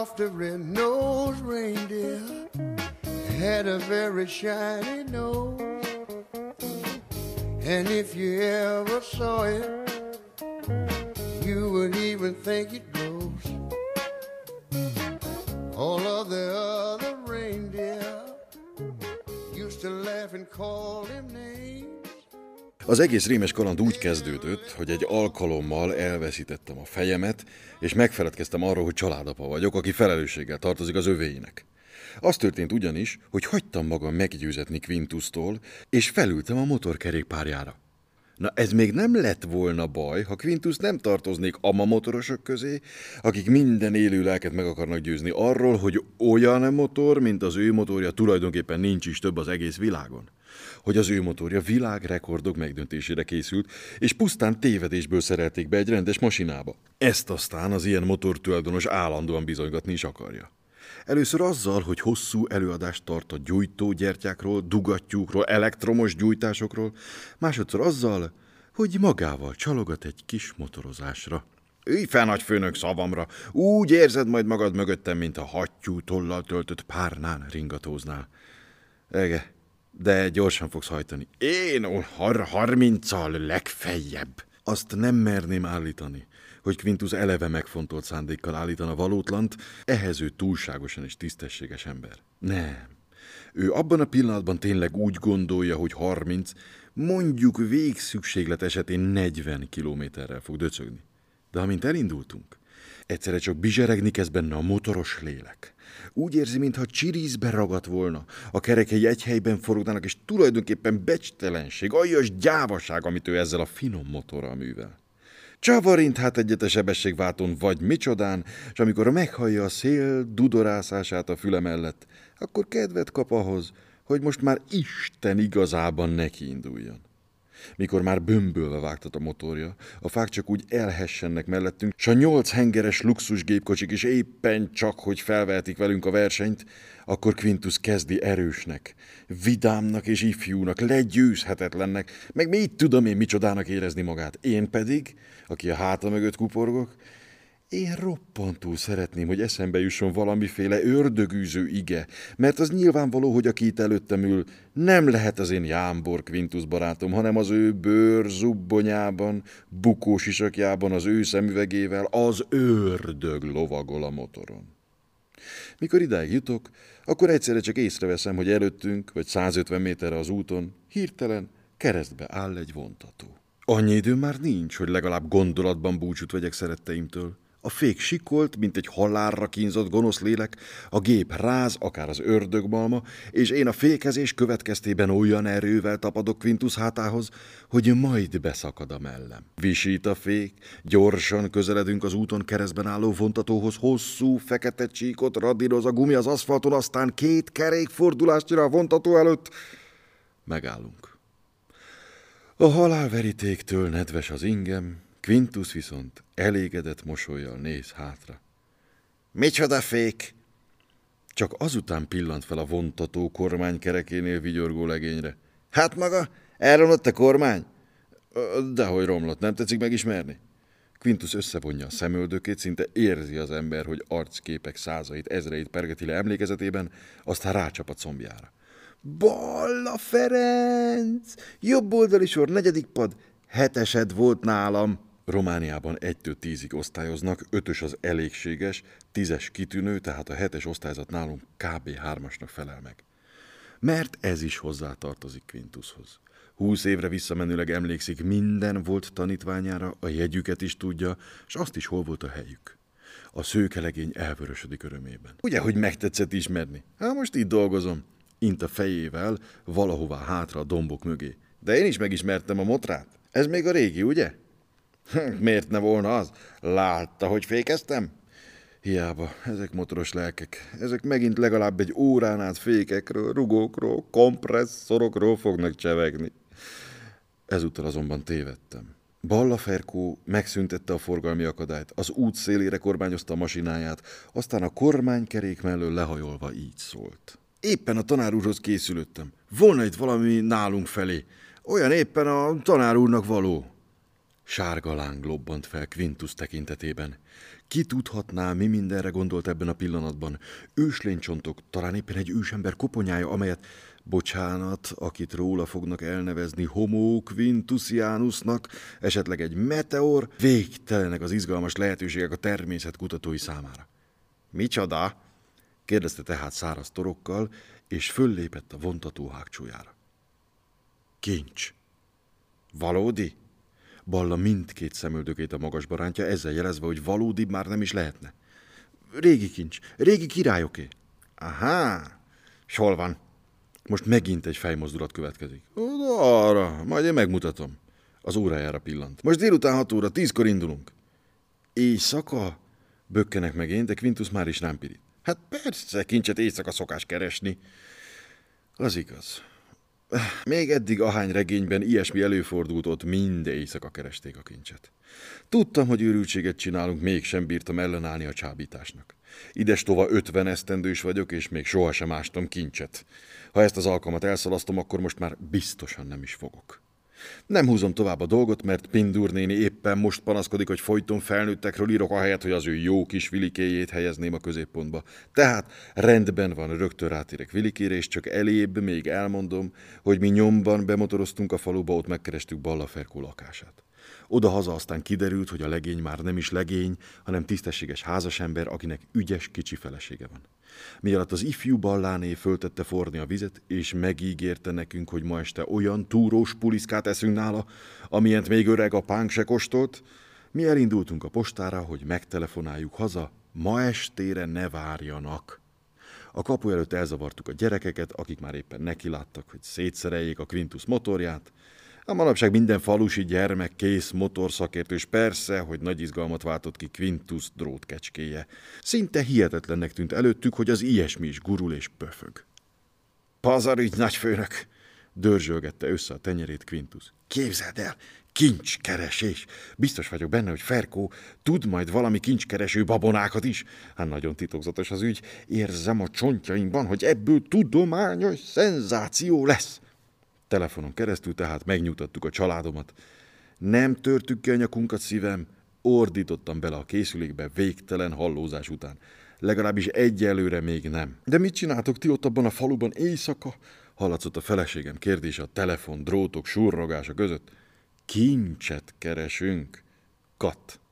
off the red-nosed reindeer had a very shiny nose. And if you ever saw it, you would even think it glows. All of the other reindeer used to laugh and call him names. Az egész rémes kaland úgy kezdődött, hogy egy alkalommal elveszítettem a fejemet, és megfeledkeztem arról, hogy családapa vagyok, aki felelősséggel tartozik az övéinek. Az történt ugyanis, hogy hagytam magam meggyőzetni Quintusztól, és felültem a motorkerékpárjára. Na ez még nem lett volna baj, ha Quintus nem tartoznék amamotorosok közé, akik minden élő lelket meg akarnak győzni arról, hogy olyan motor, mint az ő motorja tulajdonképpen nincs is több az egész világon. Hogy az ő motorja világrekordok megdöntésére készült, és pusztán tévedésből szerelték be egy rendes masinába. Ezt aztán az ilyen motortulajdonos állandóan bizonygatni is akarja. Először azzal, hogy hosszú előadást tart a gyújtógyertyákról, dugattyúkról, elektromos gyújtásokról, másodszor azzal, hogy magával csalogat egy kis motorozásra. Ülj fel, nagyfőnök, szavamra! Úgy érzed majd magad mögöttem, mint a hattyú tollal töltött párnán ringatóznál. Ege, de gyorsan fogsz hajtani. Én 30-al legfeljebb. Azt nem merném állítani, hogy Quintus eleve megfontolt szándékkal állítana valótlant, ehhez ő túlságosan és tisztességes ember. Nem. Ő abban a pillanatban tényleg úgy gondolja, hogy 30, mondjuk végszükséglet esetén 40 kilométerrel fog döcögni. De amint elindultunk, egyszerre csak bizseregni kezd benne a motoros lélek. Úgy érzi, mintha csirízbe ragadt volna, a kerekei egy helyben forognának, és tulajdonképpen becstelenség, aljas gyávaság, amit ő ezzel a finom motorral művel. Csavarint hát egyet a sebességváltón vagy micsodán, és amikor meghallja a szél dudorászását a füle mellett, akkor kedvet kap ahhoz, hogy most már Isten igazában nekiinduljon. Mikor már bömbölve vágtat a motorja, a fák csak úgy elhessennek mellettünk, s a 8 hengeres luxusgépkocsik is éppen csak, hogy felvehetik velünk a versenyt, akkor Quintus kezdi erősnek, vidámnak és ifjúnak, legyőzhetetlennek, meg mit tudom én micsodának érezni magát. Én pedig, aki a háta mögött kuporgok, én roppantul szeretném, hogy eszembe jusson valamiféle ördögűző ige, mert az nyilvánvaló, hogy aki itt előttem ül, nem lehet az én jámbor Quintus barátom, hanem az ő bőr zubbonyában, bukós isakjában, az ő szemüvegével az ördög lovagol a motoron. Mikor idáig jutok, akkor egyszerre csak észreveszem, hogy előttünk, vagy 150 méterre az úton, hirtelen keresztbe áll egy vontató. Annyi idő már nincs, hogy legalább gondolatban búcsút vegyek szeretteimtől. A fék sikolt, mint egy halálra kínzott gonosz lélek, a gép ráz, akár az ördögmalma, és én a fékezés következtében olyan erővel tapadok Quintus hátához, hogy majd beszakad a mellem. Visít a fék, gyorsan közeledünk az úton keresztben álló vontatóhoz, hosszú, fekete csíkot radíroz a gumi az aszfalton, aztán 2 kerékfordulást csinál a vontató előtt. Megállunk. A halálverítéktől nedves az ingem, Quintus viszont elégedett mosollyal néz hátra. Micsoda fék! Csak azután pillant fel a vontató kormánykerekénél vigyorgó legényre. Hát maga, elromlott a kormány? Dehogy romlott, nem tetszik megismerni? Quintus összevonja a szemöldökét, szinte érzi az ember, hogy arcképek százait, ezreit pergeti le emlékezetében, aztán rácsap a combjára. Balla Ferenc! Jobb oldali sor, 4. pad, 7-esed volt nálam. Romániában 1-től 10-ig osztályoznak, 5-ös az elégséges, 10-es kitűnő, tehát a 7-es osztályzat nálunk kb. 3-asnak felel meg. Mert ez is hozzátartozik Quintushoz. 20 évre visszamenőleg emlékszik minden volt tanítványára, a jegyüket is tudja, és azt is, hol volt a helyük. A szőkelegény elvörösödik örömében. Ugye, hogy megtetszett ismerni? Hát most itt dolgozom. Int a fejével valahová hátra a dombok mögé. De én is megismertem a motrát. Ez még a régi, ugye? Miért ne volna az? Látta, hogy fékeztem? Hiába, ezek motoros lelkek. Ezek megint legalább egy órán át fékekről, rugókról, kompresszorokról fognak csevegni. Ezúttal azonban tévedtem. Balla Ferkó megszüntette a forgalmi akadályt, az út szélére kormányozta a masináját, aztán a kormánykerék mellől lehajolva így szólt. Éppen a tanár úrhoz készülöttem. Volna itt valami nálunk felé. Olyan éppen a tanár úrnak való. Sárga láng lobbant fel Quintus tekintetében. Ki tudhatná, mi mindenre gondolt ebben a pillanatban? Őslénycsontok, talán éppen egy ősember koponyája, amelyet, bocsánat, akit róla fognak elnevezni Homo Quintusianusnak, esetleg egy meteor, végtelenek az izgalmas lehetőségek a természet kutatói számára. Micsoda? Kérdezte tehát száraz torokkal, és föllépett a vontató hágcsójára. Kincs. Valódi? Balla mindkét szemöldökét a magasba rántja, ezzel jelezve, hogy valódi már nem is lehetne. Régi kincs, régi királyoké. Aha, s hol van? Most megint egy fejmozdulat következik. Arra, majd én megmutatom. Az órájára pillant. Most délután 6 óra, 10-kor indulunk. Éjszaka? Bökkenek meg én, de Quintus már is rám pirít. Hát persze, kincset éjszaka szokás keresni. Az igaz. Még eddig ahány regényben ilyesmi előfordult, ott minden éjszaka keresték a kincset. Tudtam, hogy őrültséget csinálunk, mégsem bírtam ellenállni a csábításnak. Idestova 50 esztendős vagyok, és még sohasem ástam kincset. Ha ezt az alkalmat elszalasztom, akkor most már biztosan nem is fogok. Nem húzom tovább a dolgot, mert Pindur néni éppen most panaszkodik, hogy folyton felnőttekről írok, ahelyett, hogy az ő jó kis Vilikéjét helyezném a középpontba. Tehát rendben van, rögtön rátérek Vilikére, és csak elébb még elmondom, hogy mi nyomban bemotoroztunk a faluba, ott megkerestük Balla Ferkó lakását. Oda-haza aztán kiderült, hogy a legény már nem is legény, hanem tisztességes házasember, akinek ügyes kicsi felesége van. Mielőtt az ifjú Balláné föltette forni a vizet, és megígérte nekünk, hogy ma este olyan túrós puliszkát eszünk nála, amilyent még öreg apánk se kóstolt, mi elindultunk a postára, hogy megtelefonáljuk haza, ma estére ne várjanak. A kapu előtt elzavartuk a gyerekeket, akik már éppen nekiláttak, hogy szétszereljék a Quintus motorját. A manapság minden falusi gyermek kész motorszakértő, és persze, hogy nagy izgalmat váltott ki Quintus drótkecskéje. Szinte hihetetlennek tűnt előttük, hogy az ilyesmi is gurul és pöfög. Pazarügy, nagyfőnök! Dörzsölgette össze a tenyerét Quintus. Képzeld el, kincskeresés! Biztos vagyok benne, hogy Ferkó tud majd valami kincskereső babonákat is. Hát nagyon titokzatos az ügy. Érzem a csontjaimban, hogy ebből tudományos szenzáció lesz. Telefonon keresztül tehát megnyugtattuk a családomat. Nem törtük ki a nyakunkat, szívem, ordítottam bele a készülékbe végtelen hallózás után. Legalábbis egyelőre még nem. De mit csináltok ti ott abban a faluban éjszaka? Hallatszott a feleségem kérdése a telefon, drótok, surrogása között. Kincset keresünk. Kat.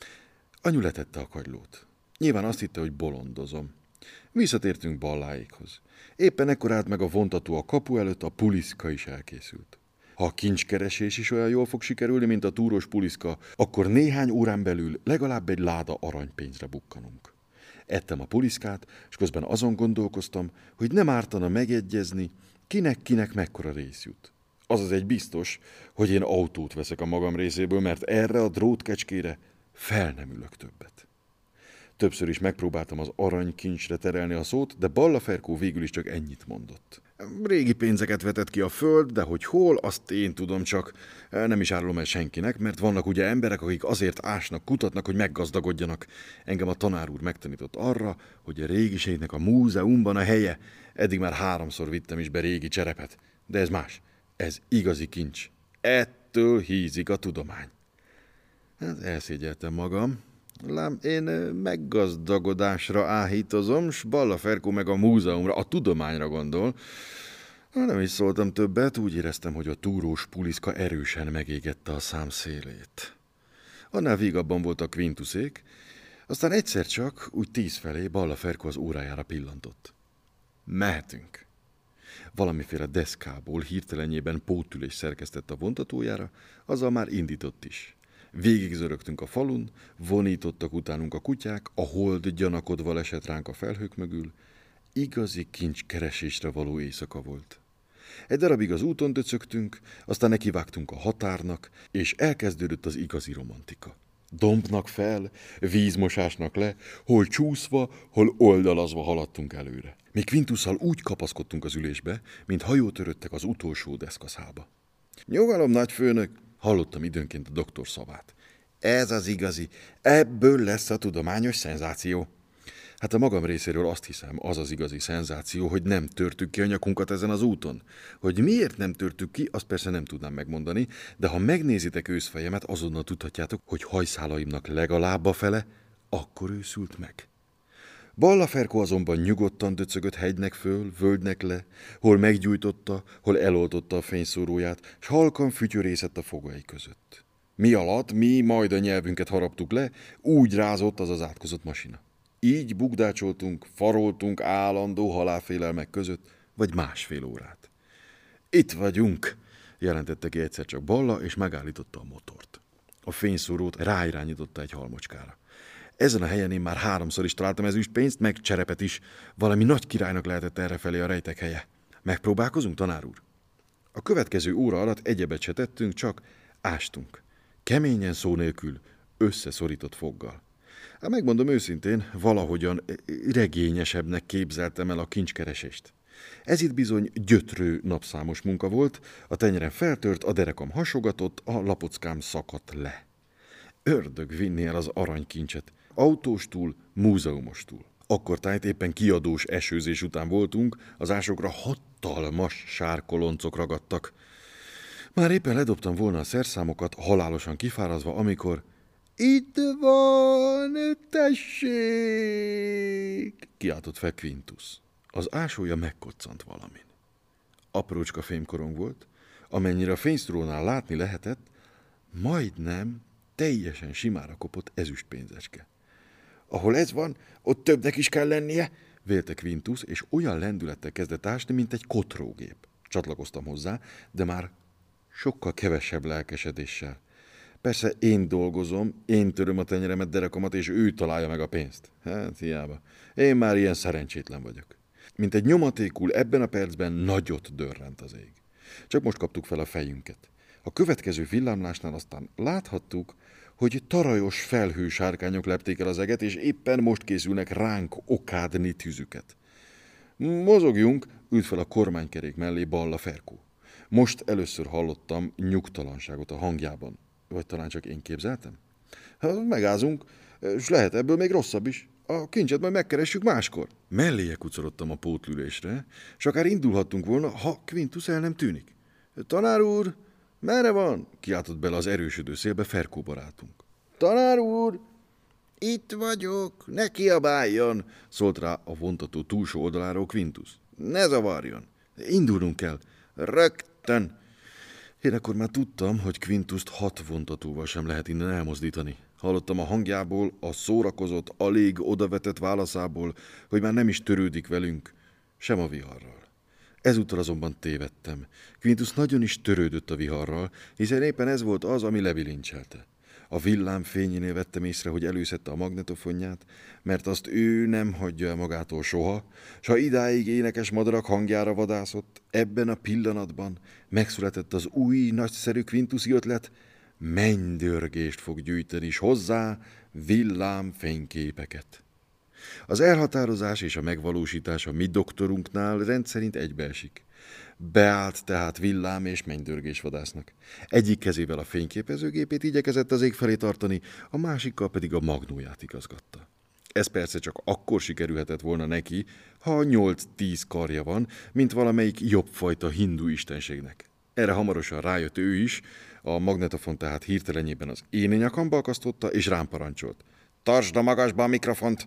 Anyu letette a kagylót. Nyilván azt hitte, hogy bolondozom. Visszatértünk Balláékhoz. Éppen ekkor állt meg a vontató a kapu előtt, a puliszka is elkészült. Ha a kincskeresés is olyan jól fog sikerülni, mint a túrós puliszka, akkor néhány órán belül legalább egy láda aranypénzre bukkanunk. Ettem a puliszkát, és közben azon gondolkoztam, hogy nem ártana megegyezni, kinek mekkora rész jut. Azaz egy biztos, hogy én autót veszek a magam részéből, mert erre a drótkecskére fel nem ülök többet. Többször is megpróbáltam az aranykincsre terelni a szót, de Balla Ferkó végül is csak ennyit mondott. Régi pénzeket vetett ki a föld, de hogy hol, azt én tudom, csak nem is árulom el senkinek, mert vannak ugye emberek, akik azért ásnak, kutatnak, hogy meggazdagodjanak. Engem a tanár úr megtanított arra, hogy a régiségnek a múzeumban a helye. Eddig már 3-szor vittem is be régi cserepet. De ez más. Ez igazi kincs. Ettől hízik a tudomány. Hát elszégyeltem magam. Lám, én meggazdagodásra áhítozom, s Balla Ferkó meg a múzeumra, a tudományra gondol. Nem is szóltam többet, úgy éreztem, hogy a túrós puliszka erősen megégette a szám szélét. Annál vígabban volt a Quintusék, aztán egyszer csak, úgy 10 felé Balla Ferkó az órájára pillantott. Mehetünk. Valamiféle deszkából hirtelenjében pótülés szerkesztett a vontatójára, azzal már indított is. Végigzörögtünk a falun, vonítottak utánunk a kutyák, a hold gyanakodva lesett ránk a felhők mögül. Igazi kincskeresésre való éjszaka volt. Egy darabig az úton döcögtünk, aztán nekivágtunk a határnak, és elkezdődött az igazi romantika. Dombnak fel, vízmosásnak le, hol csúszva, hol oldalazva haladtunk előre. Mi Quintusszal úgy kapaszkodtunk az ülésbe, mint hajótöröttek az utolsó deszkaszába. Nyugalom, nagyfőnök! Hallottam időnként a doktor szavát. Ez az igazi, ebből lesz a tudományos szenzáció. Hát a magam részéről azt hiszem, az az igazi szenzáció, hogy nem törtük ki a nyakunkat ezen az úton. Hogy miért nem törtük ki, azt persze nem tudnám megmondani, de ha megnézitek őszfejemet, azonnal tudhatjátok, hogy hajszálaimnak legalább a fele akkor őszült meg. Balla Ferkó azonban nyugodtan döcögött hegynek föl, völgynek le, hol meggyújtotta, hol eloltotta a fényszóróját, s halkan fütyörészett a fogai között. Mi alatt, mi majd a nyelvünket haraptuk le, úgy rázott az átkozott masina. Így bukdácsoltunk, faroltunk állandó halálfélelmek között, vagy másfél órát. Itt vagyunk, jelentette ki egyszer csak Balla, és megállította a motort. A fényszórót ráirányította egy halmocskára. Ezen a helyen én már 3-szor is találtam ezüstpénzt, meg cserepet is. Valami nagy királynak lehetett errefelé a rejtek helye. Megpróbálkozunk, tanár úr? A következő óra alatt egyebet se tettünk, csak ástunk. Keményen, szó nélkül, összeszorított foggal. Hát megmondom őszintén, valahogyan regényesebbnek képzeltem el a kincskeresést. Ez itt bizony gyötrő napszámos munka volt, a tenyerem feltört, a derekam hasogatott, a lapockám szakadt le. Ördög vinni el az aranykincset. Autóstúl, múzeumostúl. Akkor tájt éppen kiadós esőzés után voltunk, az ásokra hatalmas sárkoloncok ragadtak. Már éppen ledobtam volna a szerszámokat, halálosan kifáradva, amikor itt van, tessék! Kiáltott fel Quintus. Az ásója megkoccant valamin. Aprócska fémkorong volt, amennyire a fényszórónál látni lehetett, majdnem teljesen simára kopott ezüstpénzecske. Ahol ez van, ott többnek is kell lennie, vélte Quintus, és olyan lendülettel kezdett ásni, mint egy kotrógép. Csatlakoztam hozzá, de már sokkal kevesebb lelkesedéssel. Persze én dolgozom, én töröm a tenyeremet, derekamat, és ő találja meg a pénzt. Hát hiába. Én már ilyen szerencsétlen vagyok. Mint egy nyomatékul ebben a percben nagyot dörrent az ég. Csak most kaptuk fel a fejünket. A következő villámlásnál aztán láthattuk, hogy tarajos felhősárkányok lepték el az eget, és éppen most készülnek ránk okádni tűzüket. Mozogjunk, ült fel a kormánykerék mellé Balla Ferkó. Most először hallottam nyugtalanságot a hangjában. Vagy talán csak én képzeltem? Megázunk, és lehet ebből még rosszabb is. A kincset majd megkeressük máskor. Melléje kucorodtam a pótlülésre, s akár indulhattunk volna, ha Quintus el nem tűnik. Tanár úr, merre van? Kiáltott bele az erősödő szélbe Ferkó barátunk. Tanár úr! Itt vagyok, ne kiabáljon, szólt rá a vontató túlsó oldaláról Quintus. Ne zavarjon. Indulnunk kell. Rögtön. Én akkor már tudtam, hogy Quintust 6 vontatóval sem lehet innen elmozdítani. Hallottam a hangjából, a szórakozott, alig odavetett válaszából, hogy már nem is törődik velünk, sem a viharral. Ezúttal azonban tévedtem. Quintus nagyon is törődött a viharral, hiszen éppen ez volt az, ami lebilincselte. A villám fényénél vettem észre, hogy előszedte a magnetofonját, mert azt ő nem hagyja el magától soha, s ha idáig énekes madarak hangjára vadászott, ebben a pillanatban megszületett az új, nagyszerű Quintusi ötlet, mennydörgést fog gyűjteni, s hozzá villám fényképeket. Az elhatározás és a megvalósítás a mi doktorunknál rendszerint egybeesik. Beállt tehát villám és mennydörgés vadásznak. Egyik kezével a fényképezőgépét igyekezett az ég felé tartani, a másikkal pedig a magnóját igazgatta. Ez persze csak akkor sikerülhetett volna neki, ha 8-10 karja van, mint valamelyik jobbfajta hindu istenségnek. Erre hamarosan rájött ő is, a magnetofon tehát hirtelenjében az én nyakamba akasztotta és rám parancsolt. Tartsd a magasba a mikrofont!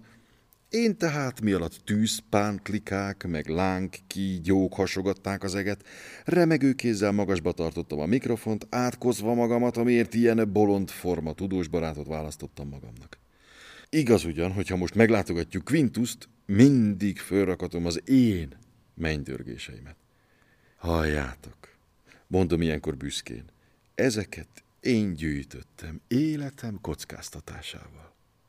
Én tehát, mi alatt tűzpántlikák, meg lángkígyók hasogatták az eget, remegő kézzel magasba tartottam a mikrofont, átkozva magamat, amiért ilyen bolond forma tudós barátot választottam magamnak. Igaz ugyan, hogyha most meglátogatjuk Quintust, mindig fölrakatom az én mennydörgéseimet. Halljátok, mondom ilyenkor büszkén, ezeket én gyűjtöttem életem kockáztatásával.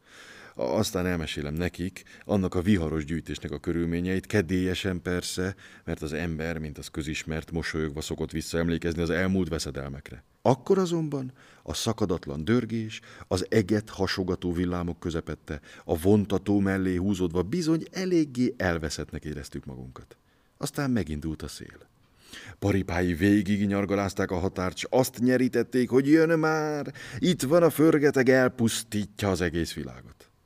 Aztán elmesélem nekik annak a viharos gyűjtésnek a körülményeit, kedélyesen persze, mert az ember, mint az közismert, mosolyogva szokott visszaemlékezni az elmúlt veszedelmekre. Akkor azonban a szakadatlan dörgés, az eget hasogató villámok közepette, a vontató mellé húzódva bizony eléggé elveszettnek éreztük magunkat. Aztán megindult a szél. Paripái végig nyargalázták a határt, s azt nyerítették, hogy jön már, itt van a förgeteg, elpusztítja az egész világot.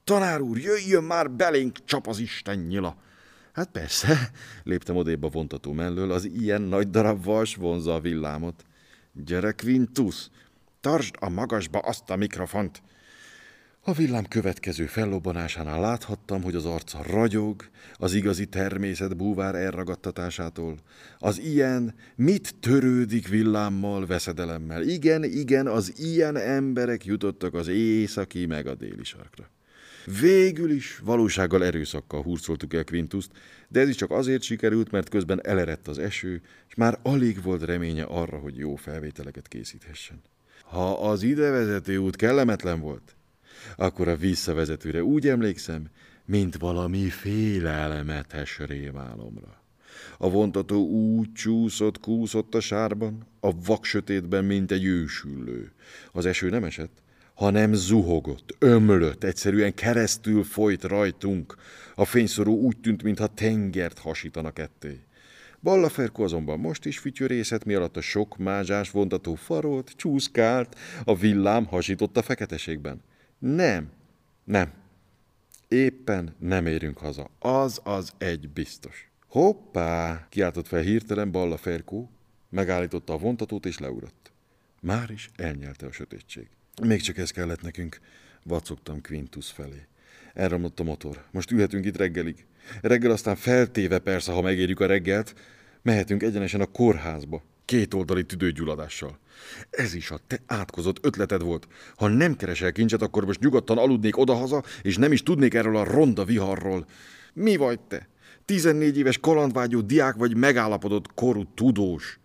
Tanár úr, jöjjön már belénk, csap az Isten nyila! Hát persze, léptem odébb a vontató mellől, az ilyen nagy darab vas vonzza a villámot. Gyere, Quintus, tartsd a magasba azt a mikrofont! A villám következő fellobbanásánál láthattam, hogy az arca ragyog az igazi természet búvár elragadtatásától. Az ilyen mit törődik villámmal, veszedelemmel. Igen, az ilyen emberek jutottak az északi meg a déli sarkra. Végül is valósággal erőszakkal hurcoltuk el Quintust, de ez is csak azért sikerült, mert közben elerett az eső, és már alig volt reménye arra, hogy jó felvételeket készíthessen. Ha az idevezető út kellemetlen volt, akkor a visszavezetőre úgy emlékszem, mint valami félelmetes rémálomra. A vontató úgy kúszott a sárban, a vaksötétben, mint egy ősüllő. Az eső nem esett, hanem zuhogott, ömlött, egyszerűen keresztül folyt rajtunk. A fényszorú úgy tűnt, mintha tengert hasítana ketté. Balla Ferko azonban most is fütyörészett, mi alatt a sok mázsás vontató farolt, csúszkált, a villám hasított a feketeségben. Nem. Éppen nem érünk haza. Az egy biztos. Hoppá! Kiáltott fel hirtelen Balla Ferko, megállította a vontatót és leugrott. Már is elnyelte a sötétség. Még csak ez kellett nekünk, vacogtam Quintus felé. Elromlott a motor. Most ülhetünk itt reggelig. Reggel aztán feltéve persze, ha megérjük a reggelt, mehetünk egyenesen a kórházba. 2 oldali tüdőgyulladással. Ez is a te átkozott ötleted volt. Ha nem keresel kincset, akkor most nyugodtan aludnék odahaza, és nem is tudnék erről a ronda viharról. Mi vagy te? 14 éves kalandvágyó diák vagy megállapodott korú tudós?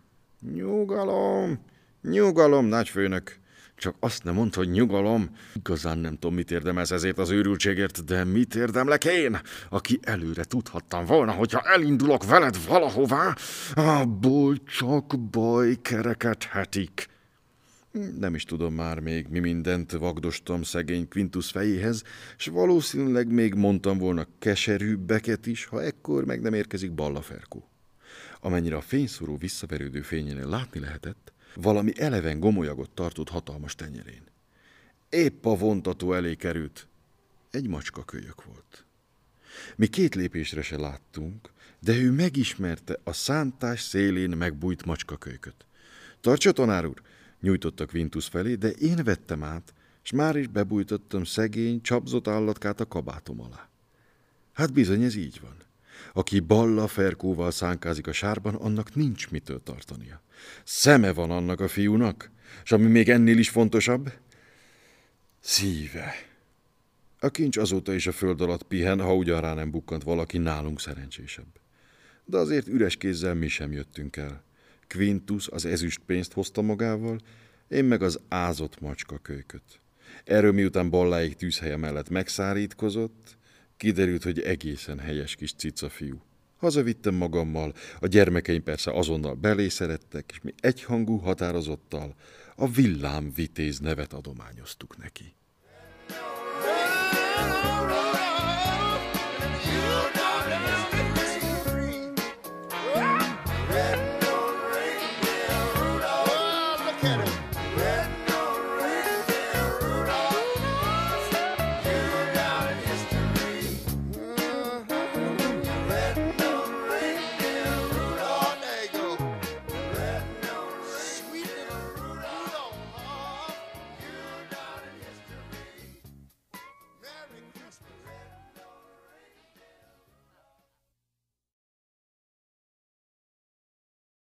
Nyugalom, nagyfőnök. Csak azt nem mondd, hogy nyugalom. Igazán nem tudom, mit érdemelsz ezért az őrültségért, de mit érdemlek én, aki előre tudhattam volna, hogyha elindulok veled valahová, abból csak baj kerekedhetik. Nem is tudom már még, mi mindent vagdostam szegény Quintus fejéhez, s valószínűleg még mondtam volna keserűbbeket is, ha ekkor meg nem érkezik Balla Ferko. Amennyire a fényszóró visszaverődő fényénél látni lehetett, valami eleven gomolyagot tartott hatalmas tenyerén. Épp a vontató elé került. Egy macskakölyök volt. Mi 2 lépésre se láttunk, de ő megismerte a szántás szélén megbújt macskakölyköt. Tartsa, tanár úr! Nyújtotta Quintus felé, de én vettem át, s már is bebújtottam szegény, csapzott állatkát a kabátom alá. Hát bizony ez így van. Aki Balla Ferkóval szánkázik a sárban, annak nincs mitől tartania. Szeme van annak a fiúnak, és ami még ennél is fontosabb, szíve. A kincs azóta is a föld alatt pihen, ha ugyan rá nem bukkant valaki nálunk szerencsésebb. De azért üres kézzel mi sem jöttünk el. Quintus az ezüstpénzt hozta magával, én meg az ázott macskakölyköt. Erről miután Balláék tűzhelye mellett megszárítkozott, kiderült, hogy egészen helyes kis cica fiú. Hazavittem magammal, a gyermekeim persze azonnal belészerettek, és mi egyhangú határozottal a Villám Vitéz nevet adományoztuk neki.